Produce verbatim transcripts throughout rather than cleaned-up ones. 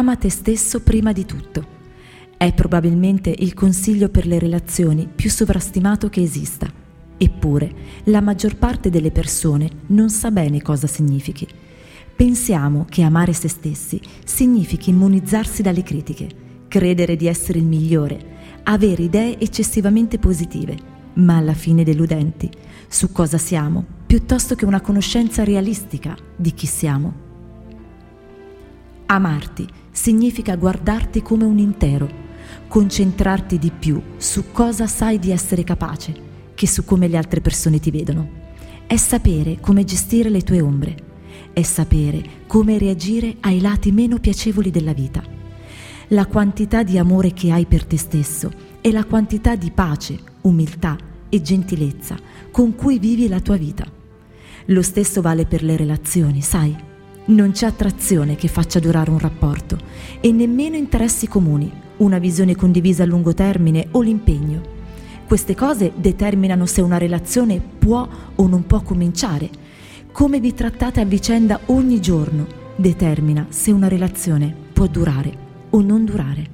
Ama te stesso prima di tutto. È probabilmente il consiglio per le relazioni più sovrastimato che esista. Eppure, la maggior parte delle persone non sa bene cosa significhi. Pensiamo che amare se stessi significhi immunizzarsi dalle critiche, credere di essere il migliore, avere idee eccessivamente positive, ma alla fine deludenti su cosa siamo, piuttosto che una conoscenza realistica di chi siamo. Amarti significa guardarti come un intero, concentrarti di più su cosa sai di essere capace che su come le altre persone ti vedono. È sapere come gestire le tue ombre, è sapere come reagire ai lati meno piacevoli della vita. La quantità di amore che hai per te stesso e la quantità di pace, umiltà e gentilezza con cui vivi la tua vita. Lo stesso vale per le relazioni, sai? Non c'è attrazione che faccia durare un rapporto e nemmeno interessi comuni, una visione condivisa a lungo termine o l'impegno. Queste cose determinano se una relazione può o non può cominciare. Come vi trattate a vicenda ogni giorno determina se una relazione può durare o non durare.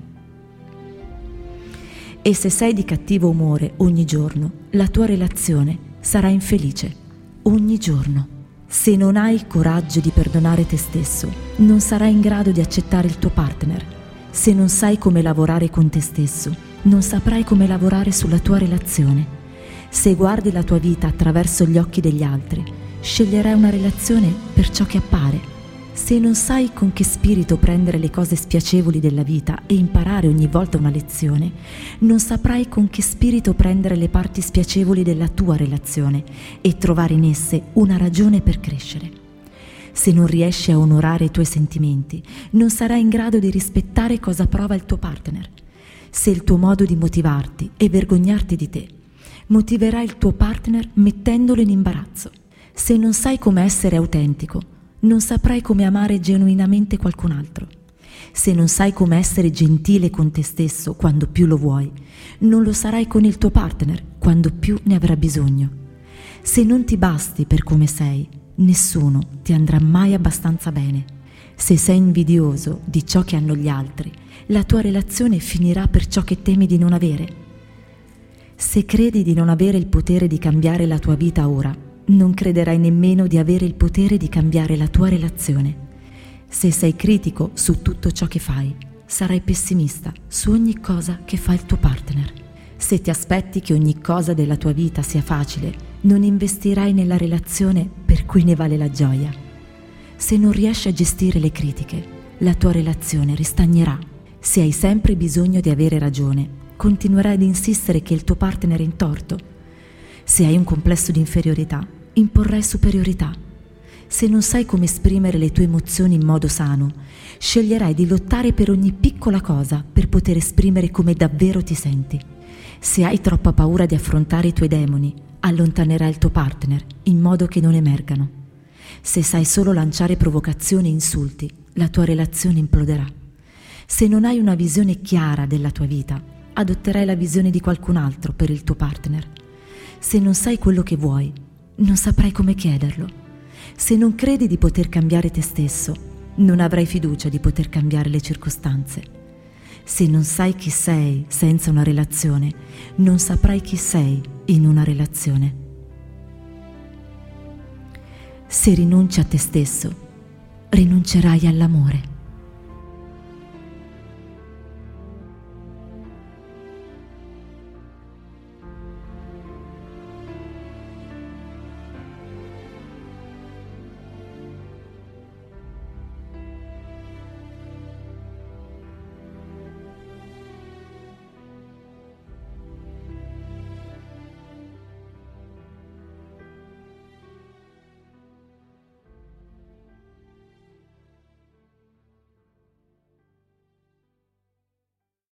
E se sei di cattivo umore ogni giorno, la tua relazione sarà infelice ogni giorno. Se non hai il coraggio di perdonare te stesso, non sarai in grado di accettare il tuo partner. Se non sai come lavorare con te stesso, non saprai come lavorare sulla tua relazione. Se guardi la tua vita attraverso gli occhi degli altri, sceglierai una relazione per ciò che appare. Se non sai con che spirito prendere le cose spiacevoli della vita e imparare ogni volta una lezione, non saprai con che spirito prendere le parti spiacevoli della tua relazione e trovare in esse una ragione per crescere. Se non riesci a onorare i tuoi sentimenti, non sarai in grado di rispettare cosa prova il tuo partner. Se il tuo modo di motivarti è vergognarti di te, motiverai il tuo partner mettendolo in imbarazzo. Se non sai come essere autentico, non saprai come amare genuinamente qualcun altro. Se non sai come essere gentile con te stesso quando più lo vuoi, non lo sarai con il tuo partner quando più ne avrà bisogno. Se non ti basti per come sei, nessuno ti andrà mai abbastanza bene. Se sei invidioso di ciò che hanno gli altri, la tua relazione finirà per ciò che temi di non avere. Se credi di non avere il potere di cambiare la tua vita ora, non crederai nemmeno di avere il potere di cambiare la tua relazione. Se sei critico su tutto ciò che fai, sarai pessimista su ogni cosa che fa il tuo partner. Se ti aspetti che ogni cosa della tua vita sia facile, non investirai nella relazione per cui ne vale la gioia. Se non riesci a gestire le critiche, la tua relazione ristagnerà. Se hai sempre bisogno di avere ragione, continuerai ad insistere che il tuo partner è in torto. Se hai un complesso di inferiorità, imporrai superiorità. Se non sai come esprimere le tue emozioni in modo sano, sceglierai di lottare per ogni piccola cosa per poter esprimere come davvero ti senti. Se hai troppa paura di affrontare i tuoi demoni, allontanerai il tuo partner in modo che non emergano. Se sai solo lanciare provocazioni e insulti, la tua relazione imploderà. Se non hai una visione chiara della tua vita, adotterai la visione di qualcun altro per il tuo partner. Se non sai quello che vuoi, non saprai come chiederlo. Se non credi di poter cambiare te stesso, non avrai fiducia di poter cambiare le circostanze. Se non sai chi sei senza una relazione, non saprai chi sei in una relazione. Se rinunci a te stesso, rinuncerai all'amore.